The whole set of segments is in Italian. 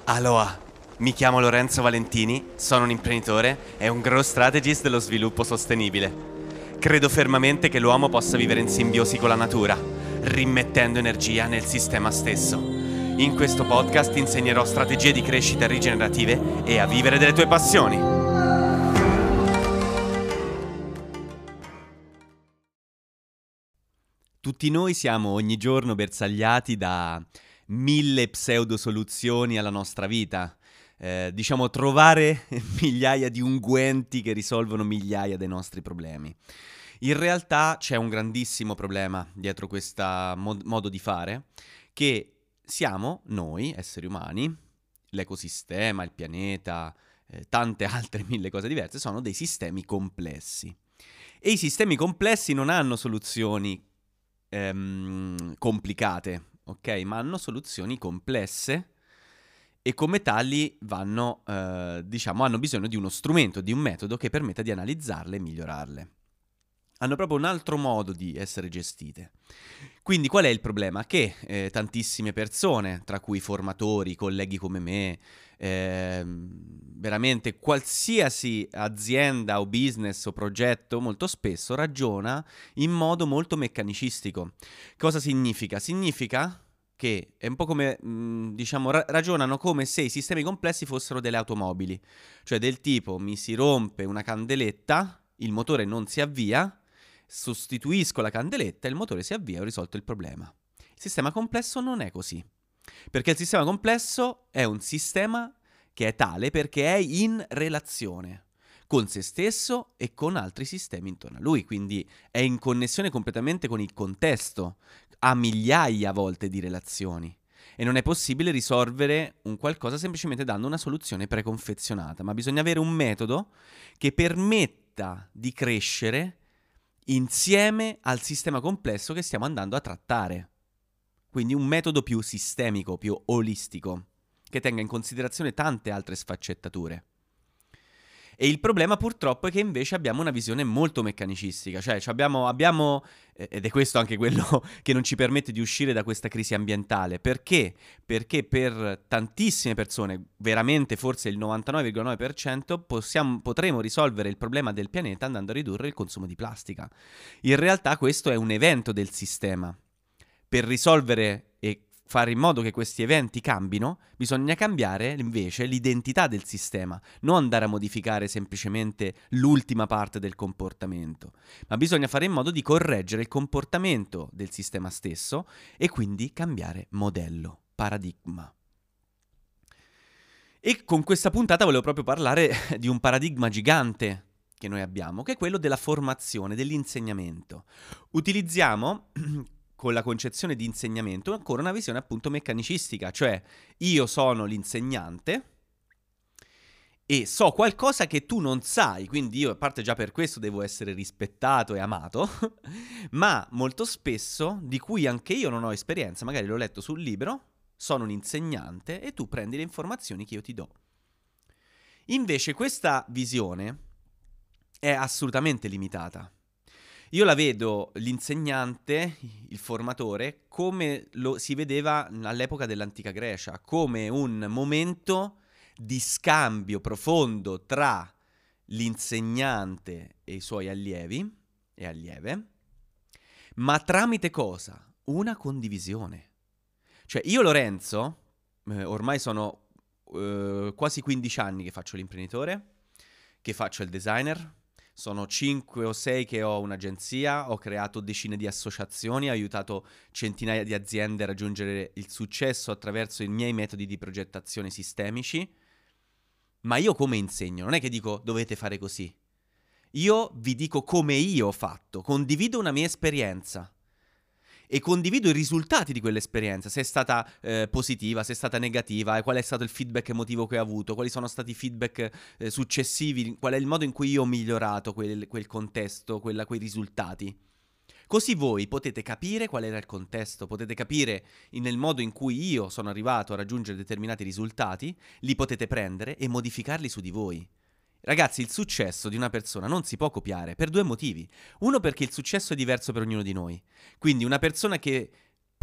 Aloha, mi chiamo Lorenzo Valentini, sono un imprenditore e un growth strategist dello sviluppo sostenibile. Credo fermamente che l'uomo possa vivere in simbiosi con la natura, rimettendo energia nel sistema stesso. In questo podcast ti insegnerò strategie di crescita rigenerative e a vivere delle tue passioni. Tutti noi siamo ogni giorno bersagliati da 1000 pseudosoluzioni alla nostra vita. Trovare migliaia di unguenti che risolvono migliaia dei nostri problemi. In realtà c'è un grandissimo problema dietro questo modo di fare, che siamo noi, esseri umani, l'ecosistema, il pianeta, tante altre 1000 cose diverse, sono dei sistemi complessi. E i sistemi complessi non hanno soluzioni complicate, ok? Ma hanno soluzioni complesse e come tali hanno bisogno di uno strumento, di un metodo che permetta di analizzarle e migliorarle. Hanno proprio un altro modo di essere gestite. Quindi qual è il problema? Che tantissime persone, tra cui formatori, colleghi come me, veramente qualsiasi azienda o business o progetto molto spesso ragiona in modo molto meccanicistico. Cosa significa? Significa che è un po' come, ragionano come se i sistemi complessi fossero delle automobili. Cioè del tipo, mi si rompe una candeletta, il motore non si avvia, sostituisco la candeletta e il motore si avvia e ho risolto il problema. Il sistema complesso non è così, perché il sistema complesso è un sistema che è tale perché è in relazione con se stesso e con altri sistemi intorno a lui, quindi è in connessione completamente con il contesto, ha migliaia a volte di relazioni. E non è possibile risolvere un qualcosa semplicemente dando una soluzione preconfezionata, ma bisogna avere un metodo che permetta di crescere insieme al sistema complesso che stiamo andando a trattare. Quindi un metodo più sistemico, più olistico, che tenga in considerazione tante altre sfaccettature. E il problema purtroppo è che invece abbiamo una visione molto meccanicistica, cioè abbiamo ed è questo anche quello che non ci permette di uscire da questa crisi ambientale. Perché? Perché per tantissime persone, veramente forse il 99,9%, potremo risolvere il problema del pianeta andando a ridurre il consumo di plastica. In realtà questo è un evento del sistema. Per risolvere e fare in modo che questi eventi cambino, bisogna cambiare invece l'identità del sistema, non andare a modificare semplicemente l'ultima parte del comportamento, ma bisogna fare in modo di correggere il comportamento del sistema stesso e quindi cambiare modello, paradigma. E con questa puntata volevo proprio parlare di un paradigma gigante che noi abbiamo, che è quello della formazione, dell'insegnamento. Utilizziamo con la concezione di insegnamento ancora una visione appunto meccanicistica, cioè io sono l'insegnante e so qualcosa che tu non sai, quindi io a parte già per questo devo essere rispettato e amato, ma molto spesso, di cui anche io non ho esperienza, magari l'ho letto sul libro, sono un insegnante e tu prendi le informazioni che io ti do. Invece questa visione è assolutamente limitata. Io la vedo, l'insegnante, il formatore, come lo si vedeva all'epoca dell'antica Grecia, come un momento di scambio profondo tra l'insegnante e i suoi allievi e allieve, ma tramite cosa? Una condivisione. Cioè io Lorenzo, ormai sono quasi 15 anni che faccio l'imprenditore, che faccio il designer. Sono 5 o 6 che ho un'agenzia, ho creato decine di associazioni, ho aiutato centinaia di aziende a raggiungere il successo attraverso i miei metodi di progettazione sistemici. Ma io come insegno? Non è che dico dovete fare così. Io vi dico come io ho fatto, condivido una mia esperienza e condivido i risultati di quell'esperienza, se è stata positiva, se è stata negativa, qual è stato il feedback emotivo che ho avuto, quali sono stati i feedback successivi, qual è il modo in cui io ho migliorato quel contesto, quei risultati. Così voi potete capire qual era il contesto, potete capire nel modo in cui io sono arrivato a raggiungere determinati risultati, li potete prendere e modificarli su di voi. Ragazzi, il successo di una persona non si può copiare per due motivi. Uno, perché il successo è diverso per ognuno di noi. Quindi una persona che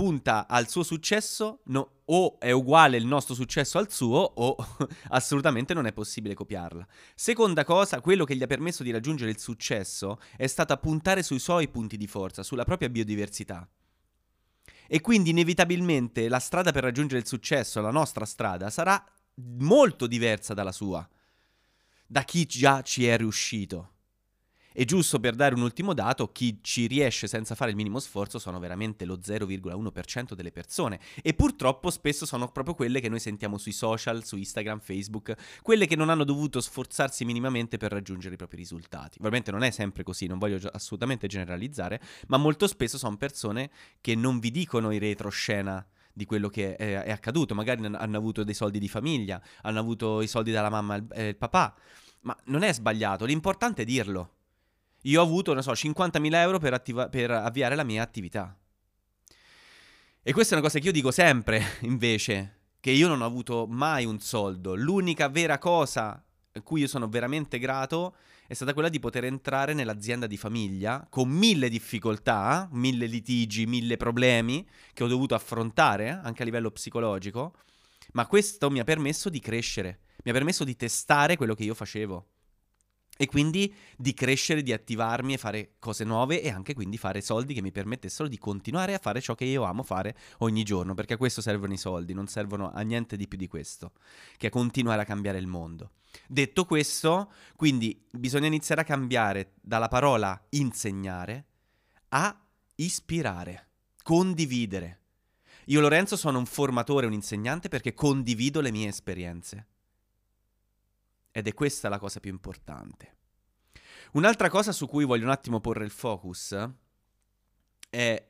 punta al suo successo, o è uguale il nostro successo al suo, o assolutamente non è possibile copiarla. Seconda cosa, quello che gli ha permesso di raggiungere il successo è stato puntare sui suoi punti di forza, sulla propria biodiversità. E quindi inevitabilmente la strada per raggiungere il successo, la nostra strada, sarà molto diversa dalla sua, da chi già ci è riuscito. E giusto per dare un ultimo dato, chi ci riesce senza fare il minimo sforzo sono veramente lo 0,1% delle persone. E purtroppo spesso sono proprio quelle che noi sentiamo sui social, su Instagram, Facebook, quelle che non hanno dovuto sforzarsi minimamente per raggiungere i propri risultati. Ovviamente non è sempre così, non voglio assolutamente generalizzare, ma molto spesso sono persone che non vi dicono in retroscena di quello che è accaduto. Magari hanno avuto dei soldi di famiglia, hanno avuto i soldi dalla mamma e il papà, ma non è sbagliato, l'importante è dirlo. Io ho avuto, non so, 50.000 euro per avviare la mia attività. E questa è una cosa che io dico sempre, invece, che io non ho avuto mai un soldo. L'unica vera cosa a cui io sono veramente grato è stata quella di poter entrare nell'azienda di famiglia con 1000 difficoltà, 1000 litigi, 1000 problemi che ho dovuto affrontare anche a livello psicologico, ma questo mi ha permesso di crescere, mi ha permesso di testare quello che io facevo. E quindi di crescere, di attivarmi e fare cose nuove e anche quindi fare soldi che mi permettessero di continuare a fare ciò che io amo fare ogni giorno, perché a questo servono i soldi, non servono a niente di più di questo, che a continuare a cambiare il mondo. Detto questo, quindi bisogna iniziare a cambiare dalla parola insegnare a ispirare, condividere. Io Lorenzo sono un formatore, un insegnante perché condivido le mie esperienze. Ed è questa la cosa più importante. Un'altra cosa su cui voglio un attimo porre il focus è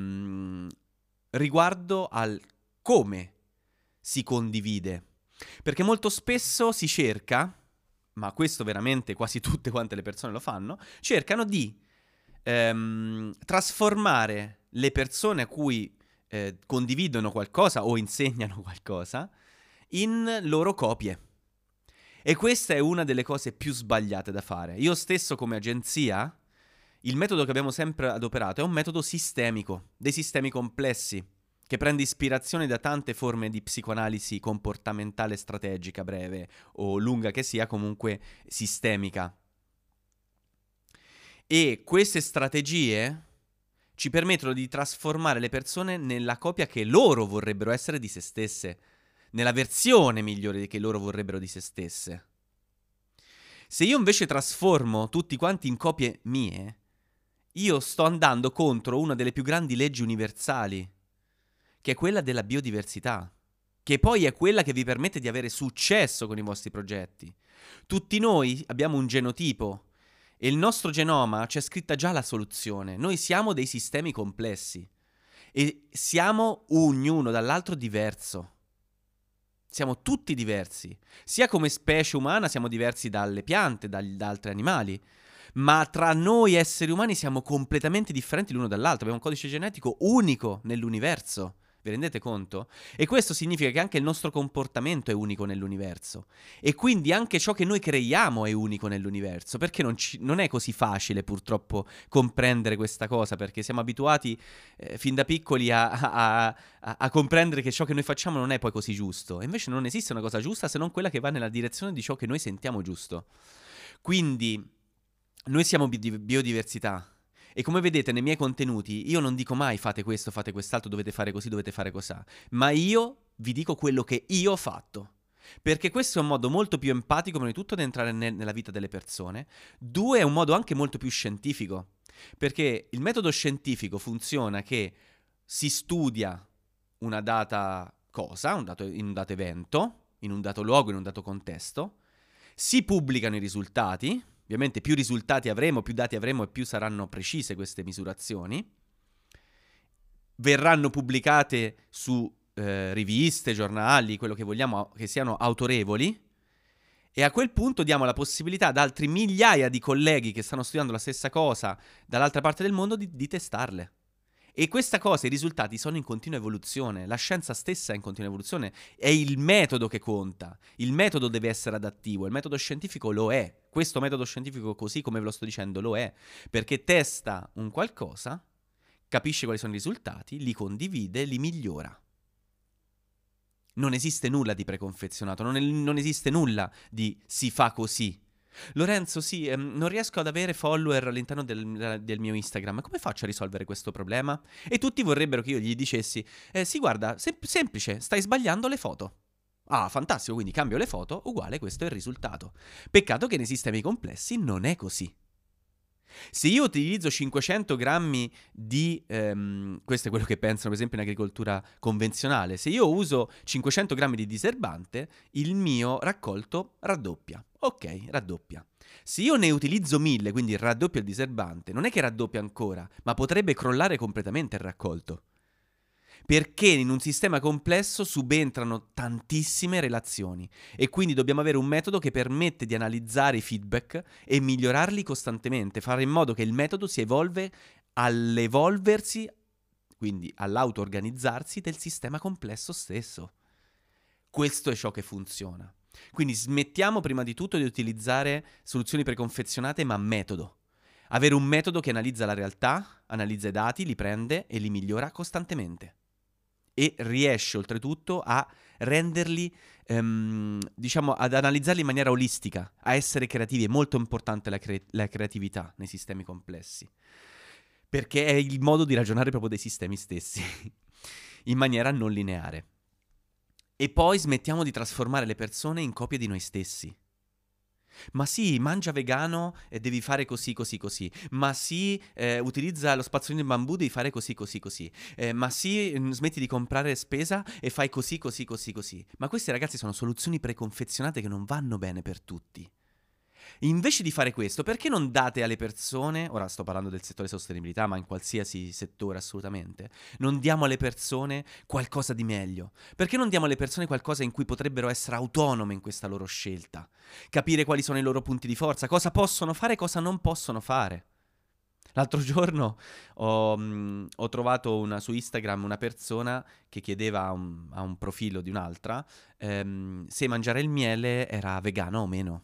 riguardo al come si condivide. Perché molto spesso si cerca, ma questo veramente quasi tutte quante le persone lo fanno, cercano di trasformare le persone a cui condividono qualcosa o insegnano qualcosa in loro copie. E questa è una delle cose più sbagliate da fare. Io stesso come agenzia, il metodo che abbiamo sempre adoperato è un metodo sistemico, dei sistemi complessi, che prende ispirazione da tante forme di psicoanalisi comportamentale strategica, breve o lunga che sia, comunque sistemica. E queste strategie ci permettono di trasformare le persone nella copia che loro vorrebbero essere di se stesse, nella versione migliore che loro vorrebbero di se stesse. Se io invece trasformo tutti quanti in copie mie, io sto andando contro una delle più grandi leggi universali, che è quella della biodiversità, che poi è quella che vi permette di avere successo con i vostri progetti. Tutti noi abbiamo un genotipo e il nostro genoma c'è scritta già la soluzione. Noi siamo dei sistemi complessi e siamo ognuno dall'altro diverso. Siamo tutti diversi, sia come specie umana siamo diversi dalle piante, da altri animali, ma tra noi esseri umani siamo completamente differenti l'uno dall'altro, abbiamo un codice genetico unico nell'universo, vi rendete conto? E questo significa che anche il nostro comportamento è unico nell'universo e quindi anche ciò che noi creiamo è unico nell'universo, perché non è così facile purtroppo comprendere questa cosa, perché siamo abituati fin da piccoli a comprendere che ciò che noi facciamo non è poi così giusto. E invece non esiste una cosa giusta se non quella che va nella direzione di ciò che noi sentiamo giusto. Quindi noi siamo biodiversità. E come vedete nei miei contenuti io non dico mai fate questo, fate quest'altro, dovete fare così, dovete fare cos'ha, ma io vi dico quello che io ho fatto. Perché questo è un modo molto più empatico, prima di tutto, di entrare nella vita delle persone. Due, è un modo anche molto più scientifico. Perché il metodo scientifico funziona che si studia una data cosa, in un dato evento, in un dato luogo, in un dato contesto, si pubblicano i risultati. Ovviamente più risultati avremo, più dati avremo e più saranno precise queste misurazioni. Verranno pubblicate su riviste, giornali, quello che vogliamo che siano autorevoli. E a quel punto diamo la possibilità ad altri migliaia di colleghi che stanno studiando la stessa cosa dall'altra parte del mondo di testarle. E questa cosa, i risultati sono in continua evoluzione, la scienza stessa è in continua evoluzione, è il metodo che conta, il metodo deve essere adattivo, il metodo scientifico lo è, questo metodo scientifico così come ve lo sto dicendo lo è, perché testa un qualcosa capisce quali sono i risultati, li condivide, li migliora. Non esiste nulla di preconfezionato, non esiste nulla di si fa così. Lorenzo, sì, non riesco ad avere follower all'interno del mio Instagram. Come faccio a risolvere questo problema? E tutti vorrebbero che io gli dicessi, sì, guarda, semplice, stai sbagliando le foto. Ah, fantastico, quindi cambio le foto, uguale, questo è il risultato. Peccato che nei sistemi complessi non è così. Se io utilizzo 500 grammi di, questo è quello che pensano per esempio in agricoltura convenzionale, se io uso 500 grammi di diserbante, il mio raccolto raddoppia. Ok, raddoppia. Se io ne utilizzo 1000, quindi raddoppio il diserbante, non è che raddoppia ancora, ma potrebbe crollare completamente il raccolto. Perché in un sistema complesso subentrano tantissime relazioni e quindi dobbiamo avere un metodo che permette di analizzare i feedback e migliorarli costantemente, fare in modo che il metodo si evolve all'evolversi, quindi all'auto-organizzarsi del sistema complesso stesso. Questo è ciò che funziona. Quindi smettiamo prima di tutto di utilizzare soluzioni preconfezionate, ma metodo. Avere un metodo che analizza la realtà, analizza i dati, li prende e li migliora costantemente. E riesce oltretutto a renderli, diciamo, ad analizzarli in maniera olistica, a essere creativi. È molto importante la creatività nei sistemi complessi, perché è il modo di ragionare proprio dei sistemi stessi, in maniera non lineare. E poi smettiamo di trasformare le persone in copie di noi stessi. Ma sì, mangia vegano e devi fare così, così, così. Ma sì, utilizza lo spazzolino di bambù, devi fare così, così, così. Ma sì, smetti di comprare spesa e fai così, così, così, così. Ma queste, ragazzi, sono soluzioni preconfezionate che non vanno bene per tutti. Invece di fare questo, perché non date alle persone, ora sto parlando del settore sostenibilità, ma in qualsiasi settore assolutamente, non diamo alle persone qualcosa di meglio? Perché non diamo alle persone qualcosa in cui potrebbero essere autonome in questa loro scelta? Capire quali sono i loro punti di forza, cosa possono fare e cosa non possono fare? L'altro giorno ho trovato su Instagram una persona che chiedeva a un profilo di un'altra se mangiare il miele era vegano o meno.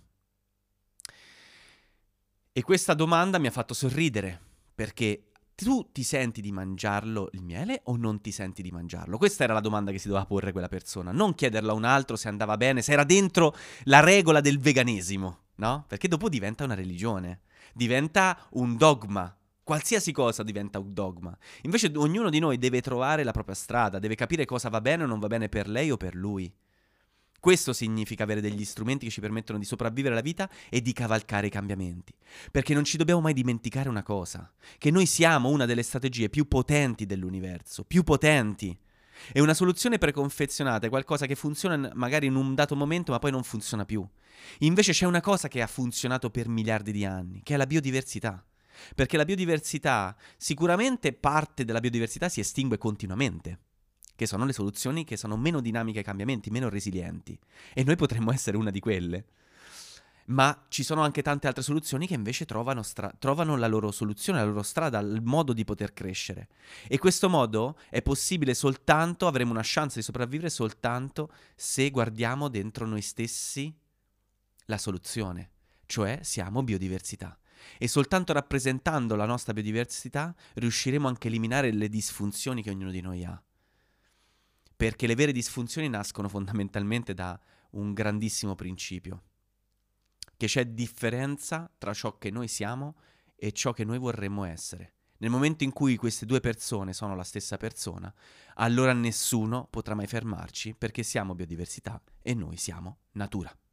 E questa domanda mi ha fatto sorridere, perché tu ti senti di mangiarlo il miele o non ti senti di mangiarlo? Questa era la domanda che si doveva porre quella persona, non chiederlo a un altro se andava bene, se era dentro la regola del veganesimo, no? Perché dopo diventa una religione, diventa un dogma. Qualsiasi cosa diventa un dogma. Invece ognuno di noi deve trovare la propria strada, deve capire cosa va bene o non va bene per lei o per lui. Questo significa avere degli strumenti che ci permettono di sopravvivere la vita e di cavalcare i cambiamenti. Perché non ci dobbiamo mai dimenticare una cosa, che noi siamo una delle strategie più potenti dell'universo, più potenti. E una soluzione preconfezionata è qualcosa che funziona magari in un dato momento ma poi non funziona più. Invece c'è una cosa che ha funzionato per miliardi di anni, che è la biodiversità. Perché la biodiversità, sicuramente parte della biodiversità si estingue continuamente, che sono le soluzioni che sono meno dinamiche ai cambiamenti, meno resilienti. E noi potremmo essere una di quelle. Ma ci sono anche tante altre soluzioni che invece trovano la loro soluzione, la loro strada, il modo di poter crescere. E questo modo è possibile soltanto, avremo una chance di sopravvivere soltanto se guardiamo dentro noi stessi la soluzione, cioè siamo biodiversità. E soltanto rappresentando la nostra biodiversità riusciremo anche a eliminare le disfunzioni che ognuno di noi ha. Perché le vere disfunzioni nascono fondamentalmente da un grandissimo principio, che c'è differenza tra ciò che noi siamo e ciò che noi vorremmo essere. Nel momento in cui queste due persone sono la stessa persona, allora nessuno potrà mai fermarci perché siamo biodiversità e noi siamo natura.